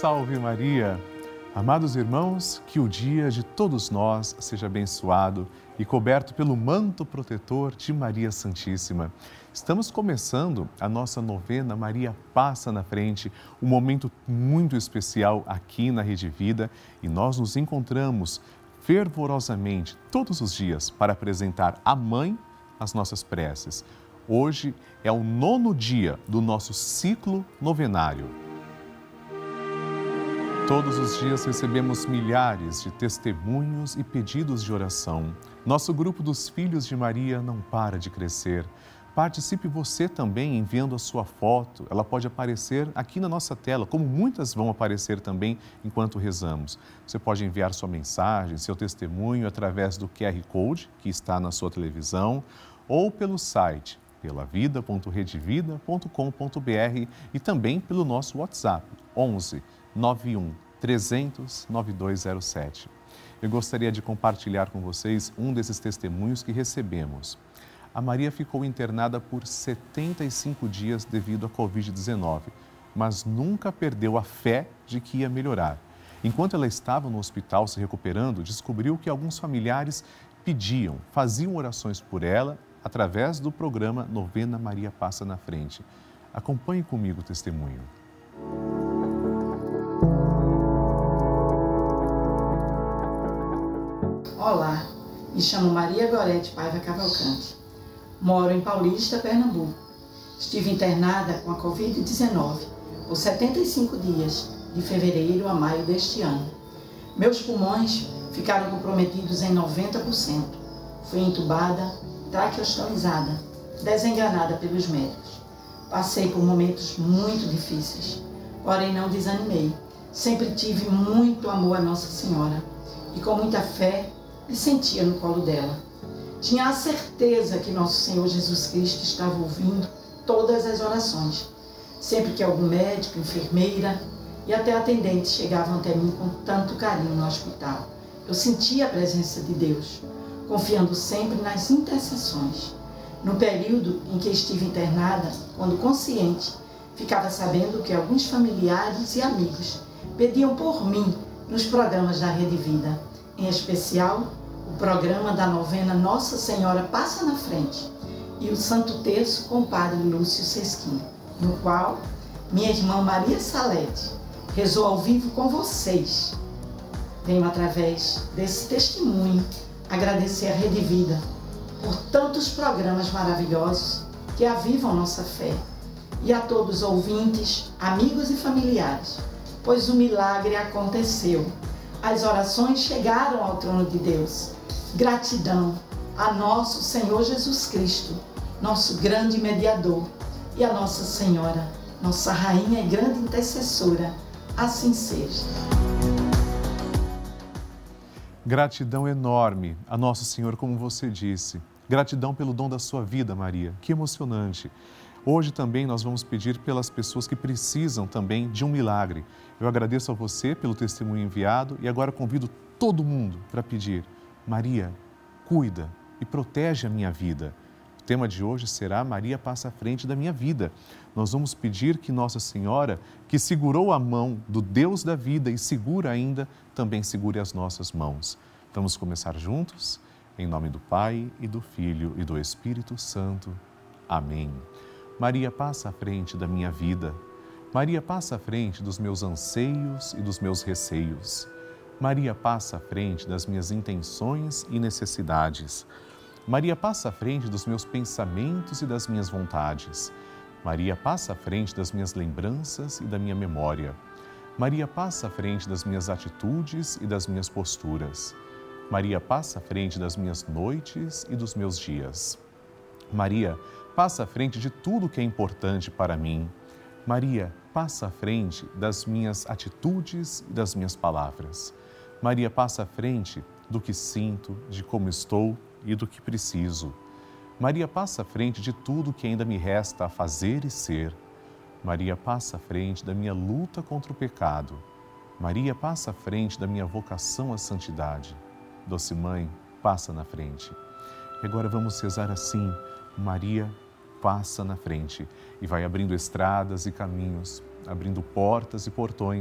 salve Maria! Amados irmãos, que o dia de todos nós seja abençoado e coberto pelo manto protetor de Maria Santíssima. Estamos começando a nossa novena Maria Passa na Frente, um momento muito especial aqui na Rede Vida, e nós nos encontramos fervorosamente todos os dias para apresentar à Mãe as nossas preces. Hoje é o 9º dia do nosso ciclo novenário. Todos os dias recebemos milhares de testemunhos e pedidos de oração. Nosso grupo dos Filhos de Maria não para de crescer. Participe você também enviando a sua foto. Ela pode aparecer aqui na nossa tela, como muitas vão aparecer também enquanto rezamos. Você pode enviar sua mensagem, seu testemunho através do QR Code que está na sua televisão ou pelo site pelavida.redevida.com.br e também pelo nosso WhatsApp 11 91 300 9207. Eu gostaria de compartilhar com vocês um desses testemunhos que recebemos. A Maria ficou internada por 75 dias devido à Covid-19, mas nunca perdeu a fé de que ia melhorar. Enquanto ela estava no hospital se recuperando, descobriu que alguns familiares faziam orações por ela através do programa Novena Maria Passa na Frente. Acompanhe comigo o testemunho. Olá, me chamo Maria Gorete Paiva Cavalcante. Moro em Paulista, Pernambuco. Estive internada com a Covid-19 por 75 dias, de fevereiro a maio deste ano. Meus pulmões ficaram comprometidos em 90%. Fui entubada, traqueostomizada, desenganada pelos médicos. Passei por momentos muito difíceis, porém não desanimei. Sempre tive muito amor a Nossa Senhora e com muita fé me sentia no colo dela. Tinha a certeza que Nosso Senhor Jesus Cristo estava ouvindo todas as orações. Sempre que algum médico, enfermeira e até atendente chegavam até mim com tanto carinho no hospital, eu sentia a presença de Deus, confiando sempre nas intercessões. No período em que estive internada, quando consciente, ficava sabendo que alguns familiares e amigos pediam por mim nos programas da Rede Vida, em especial o programa da novena Nossa Senhora Passa na Frente e o Santo Terço com o Padre Lúcio Sesquim, no qual minha irmã Maria Salete rezou ao vivo com vocês. Venho através desse testemunho agradecer a Rede Vida por tantos programas maravilhosos que avivam nossa fé e a todos os ouvintes, amigos e familiares, pois o milagre aconteceu. As orações chegaram ao trono de Deus. Gratidão a nosso Senhor Jesus Cristo, nosso grande mediador, e a Nossa Senhora, nossa rainha e grande intercessora. Assim seja. Gratidão enorme a Nosso Senhor, como você disse. Gratidão pelo dom da sua vida, Maria. Que emocionante. Hoje também nós vamos pedir pelas pessoas que precisam também de um milagre. Eu agradeço a você pelo testemunho enviado e agora convido todo mundo para pedir: Maria, cuida e protege a minha vida. O tema de hoje será Maria Passa à Frente da minha vida. Nós vamos pedir que Nossa Senhora, que segurou a mão do Deus da vida e segura ainda, também segure as nossas mãos. Vamos começar juntos? Em nome do Pai, e do Filho, e do Espírito Santo. Amém. Maria passa à frente da minha vida. Maria passa à frente dos meus anseios e dos meus receios. Maria passa à frente das minhas intenções e necessidades. Maria passa à frente dos meus pensamentos e das minhas vontades. Maria passa à frente das minhas lembranças e da minha memória. Maria passa à frente das minhas atitudes e das minhas posturas. Maria passa à frente das minhas noites e dos meus dias. Maria passa à frente de tudo que é importante para mim. Maria passa à frente das minhas atitudes e das minhas palavras. Maria passa à frente do que sinto, de como estou e do que preciso. Maria passa à frente de tudo que ainda me resta a fazer e ser. Maria passa à frente da minha luta contra o pecado. Maria passa à frente da minha vocação à santidade. Doce Mãe, passa na frente. E agora vamos rezar assim: Maria passa na frente e vai abrindo estradas e caminhos, abrindo portas e portões,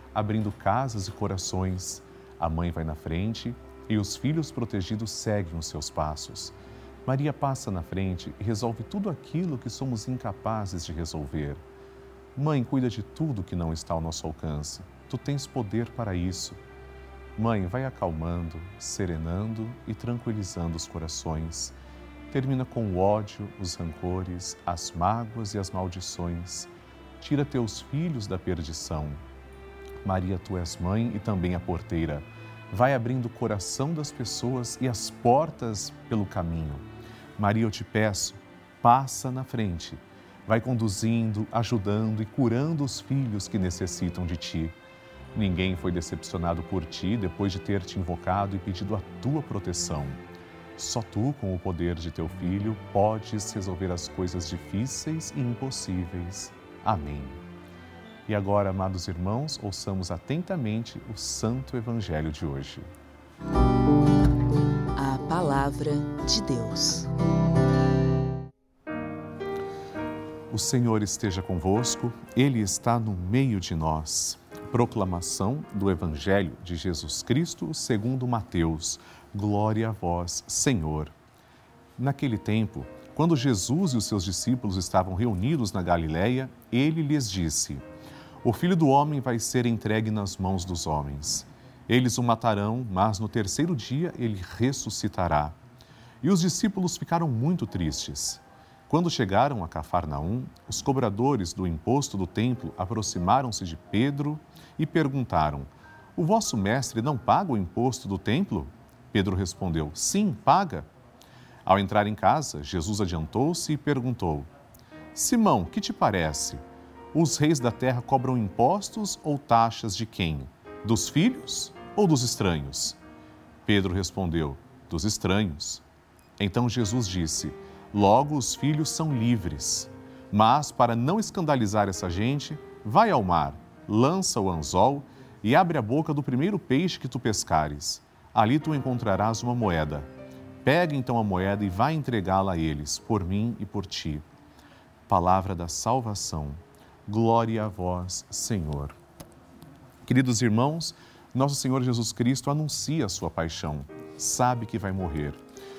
abrindo casas e corações. A mãe vai na frente e os filhos protegidos seguem os seus passos. Maria passa na frente e resolve tudo aquilo que somos incapazes de resolver. Mãe, cuida de tudo que não está ao nosso alcance. Tu tens poder para isso. Mãe, vai acalmando, serenando e tranquilizando os corações. Termina com o ódio, os rancores, as mágoas e as maldições. Tira teus filhos da perdição. Maria, tu és mãe e também a porteira. Vai abrindo o coração das pessoas e as portas pelo caminho. Maria, eu te peço, passa na frente. Vai conduzindo, ajudando e curando os filhos que necessitam de ti. Ninguém foi decepcionado por ti depois de ter te invocado e pedido a tua proteção. Só tu, com o poder de teu Filho, podes resolver as coisas difíceis e impossíveis. Amém. E agora, amados irmãos, ouçamos atentamente o Santo Evangelho de hoje. A Palavra de Deus. O Senhor esteja convosco, Ele está no meio de nós. Proclamação do Evangelho de Jesus Cristo segundo Mateus. Glória a vós, Senhor. Naquele tempo, quando Jesus e os seus discípulos estavam reunidos na Galileia, ele lhes disse: O Filho do Homem vai ser entregue nas mãos dos homens. Eles o matarão, mas no terceiro dia ele ressuscitará. E os discípulos ficaram muito tristes. Quando chegaram a Cafarnaum, os cobradores do imposto do templo aproximaram-se de Pedro e perguntaram: O vosso mestre não paga o imposto do templo? Pedro respondeu: Sim, paga. Ao entrar em casa, Jesus adiantou-se e perguntou: Simão, que te parece? Os reis da terra cobram impostos ou taxas de quem? Dos filhos ou dos estranhos? Pedro respondeu: Dos estranhos. Então Jesus disse: Logo os filhos são livres. Mas, para não escandalizar essa gente, vai ao mar, lança o anzol e abre a boca do primeiro peixe que tu pescares. Ali tu encontrarás uma moeda. Pega então a moeda e vai entregá-la a eles, por mim e por ti. Palavra da salvação. Glória a vós, Senhor. Queridos irmãos, nosso Senhor Jesus Cristo anuncia a sua paixão. Sabe que vai morrer.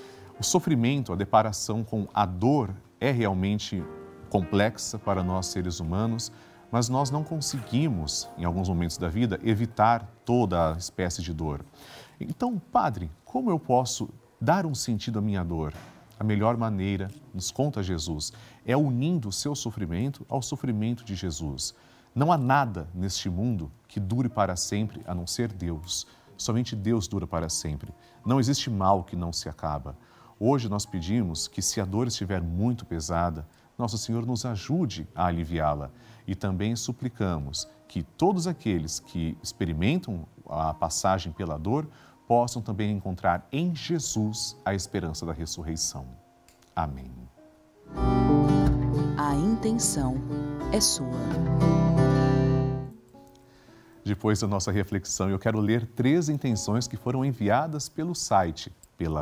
O sofrimento, a deparação com a dor é realmente complexa para nós seres humanos, mas nós não conseguimos, em alguns momentos da vida, evitar toda a espécie de dor. Então, Padre, como eu posso dar um sentido à minha dor? A melhor maneira, nos conta Jesus, é unindo o seu sofrimento ao sofrimento de Jesus. Não há nada neste mundo que dure para sempre, a não ser Deus. Somente Deus dura para sempre. Não existe mal que não se acaba. Hoje nós pedimos que, se a dor estiver muito pesada, Nosso Senhor nos ajude a aliviá-la. E também suplicamos que todos aqueles que experimentam a passagem pela dor possam também encontrar em Jesus a esperança da ressurreição. Amém. A intenção é sua. Depois da nossa reflexão, eu quero ler 3 intenções que foram enviadas pelo site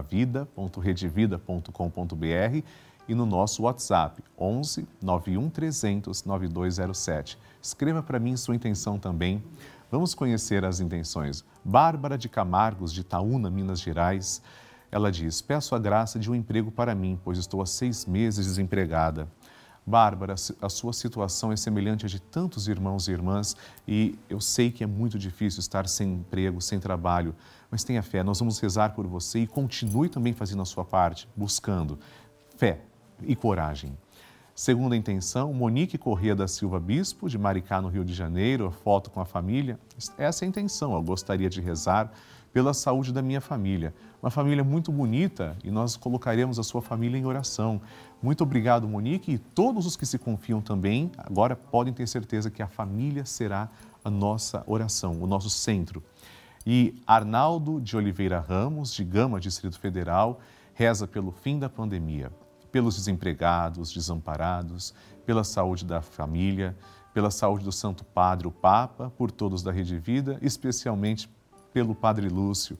pelavida.redevida.com.br e no nosso WhatsApp 11 91 300 9207. Escreva para mim sua intenção também. Vamos conhecer as intenções. Bárbara de Camargos, de Itaúna, Minas Gerais. Ela diz: peço a graça de um emprego para mim, pois estou há 6 meses desempregada. Bárbara, a sua situação é semelhante à de tantos irmãos e irmãs e eu sei que é muito difícil estar sem emprego, sem trabalho, mas tenha fé, nós vamos rezar por você e continue também fazendo a sua parte, buscando fé e coragem. Segunda intenção, Monique Corrêa da Silva Bispo, de Maricá, no Rio de Janeiro, a foto com a família. Essa é a intenção, eu gostaria de rezar pela saúde da minha família. Uma família muito bonita e nós colocaremos a sua família em oração. Muito obrigado, Monique, e todos os que se confiam também, agora podem ter certeza que a família será a nossa oração, o nosso centro. E Arnaldo de Oliveira Ramos, de Gama, Distrito Federal, reza pelo fim da pandemia, pelos desempregados, desamparados, pela saúde da família, pela saúde do Santo Padre, o Papa, por todos da Rede Vida, especialmente pelo Padre Lúcio.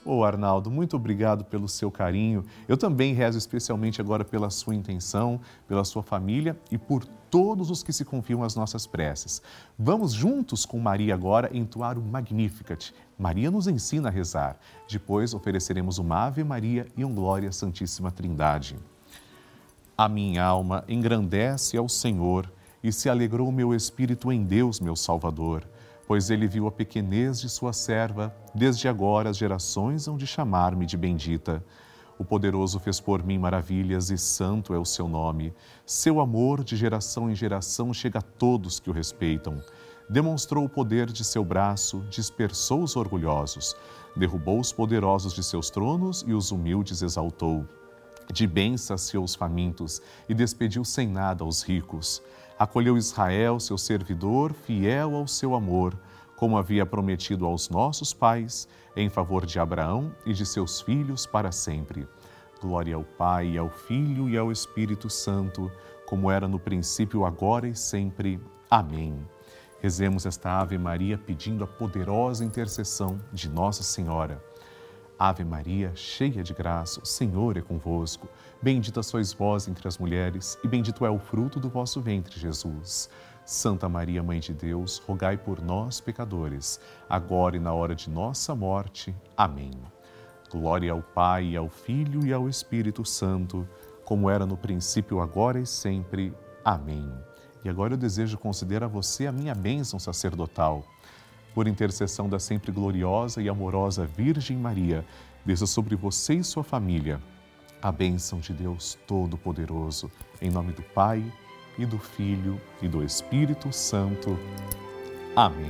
Ô Arnaldo, muito obrigado pelo seu carinho. Eu também rezo especialmente agora pela sua intenção, pela sua família e por todos os que se confiam às nossas preces. Vamos juntos com Maria agora entoar o Magnificat. Maria nos ensina a rezar. Depois ofereceremos uma Ave Maria e um Glória à Santíssima Trindade. A minha alma engrandece ao Senhor e se alegrou o meu espírito em Deus, meu Salvador, pois ele viu a pequenez de sua serva, desde agora as gerações hão de chamar-me de bendita. O poderoso fez por mim maravilhas e santo é o seu nome. Seu amor de geração em geração chega a todos que o respeitam. Demonstrou o poder de seu braço, dispersou os orgulhosos, derrubou os poderosos de seus tronos e os humildes exaltou. De bens saciou os famintos e despediu sem nada os ricos. Acolheu Israel, seu servidor, fiel ao seu amor, como havia prometido aos nossos pais, em favor de Abraão e de seus filhos para sempre. Glória ao Pai, ao Filho e ao Espírito Santo, como era no princípio, agora e sempre. Amém. Rezemos esta Ave Maria pedindo a poderosa intercessão de Nossa Senhora. Ave Maria, cheia de graça, o Senhor é convosco. Bendita sois vós entre as mulheres, e bendito é o fruto do vosso ventre, Jesus. Santa Maria, Mãe de Deus, rogai por nós, pecadores, agora e na hora de nossa morte. Amém. Glória ao Pai, ao Filho e ao Espírito Santo, como era no princípio, agora e sempre. Amém. E agora eu desejo conceder a você a minha bênção sacerdotal. Por intercessão da sempre gloriosa e amorosa Virgem Maria, desça sobre você e sua família a bênção de Deus Todo-Poderoso, em nome do Pai, e do Filho, e do Espírito Santo. Amém.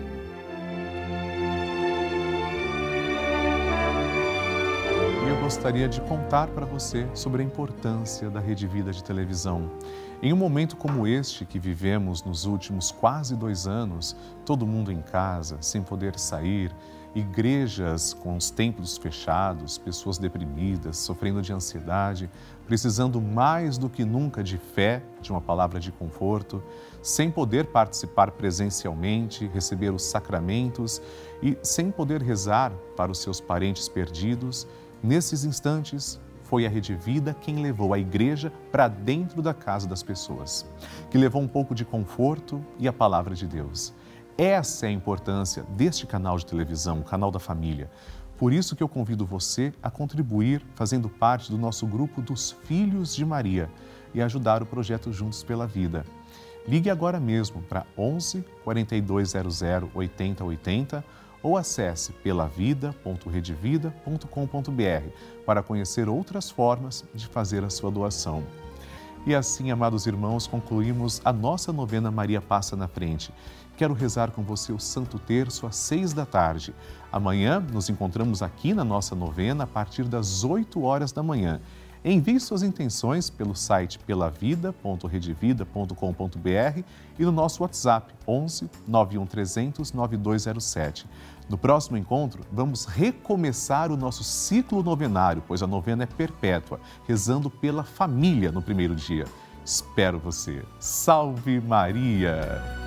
E eu gostaria de contar para você sobre a importância da Rede Vida de televisão. Em um momento como este que vivemos nos últimos quase 2 anos, todo mundo em casa, sem poder sair, igrejas com os templos fechados, pessoas deprimidas, sofrendo de ansiedade, precisando mais do que nunca de fé, de uma palavra de conforto, sem poder participar presencialmente, receber os sacramentos e sem poder rezar para os seus parentes perdidos, nesses instantes, foi a Rede Vida quem levou a igreja para dentro da casa das pessoas, que levou um pouco de conforto e a palavra de Deus. Essa é a importância deste canal de televisão, o canal da família. Por isso que eu convido você a contribuir fazendo parte do nosso grupo dos Filhos de Maria e ajudar o projeto Juntos pela Vida. Ligue agora mesmo para 11 4200 8080 ou acesse pelavida.redevida.com.br para conhecer outras formas de fazer a sua doação. E assim, amados irmãos, concluímos a nossa novena Maria Passa na Frente. Quero rezar com você o Santo Terço às 6 da tarde. Amanhã nos encontramos aqui na nossa novena a partir das 8 horas da manhã. Envie suas intenções pelo site pelavida.redevida.com.br e no nosso WhatsApp 11 91 300 9207. No próximo encontro, vamos recomeçar o nosso ciclo novenário, pois a novena é perpétua, rezando pela família no primeiro dia. Espero você. Salve Maria!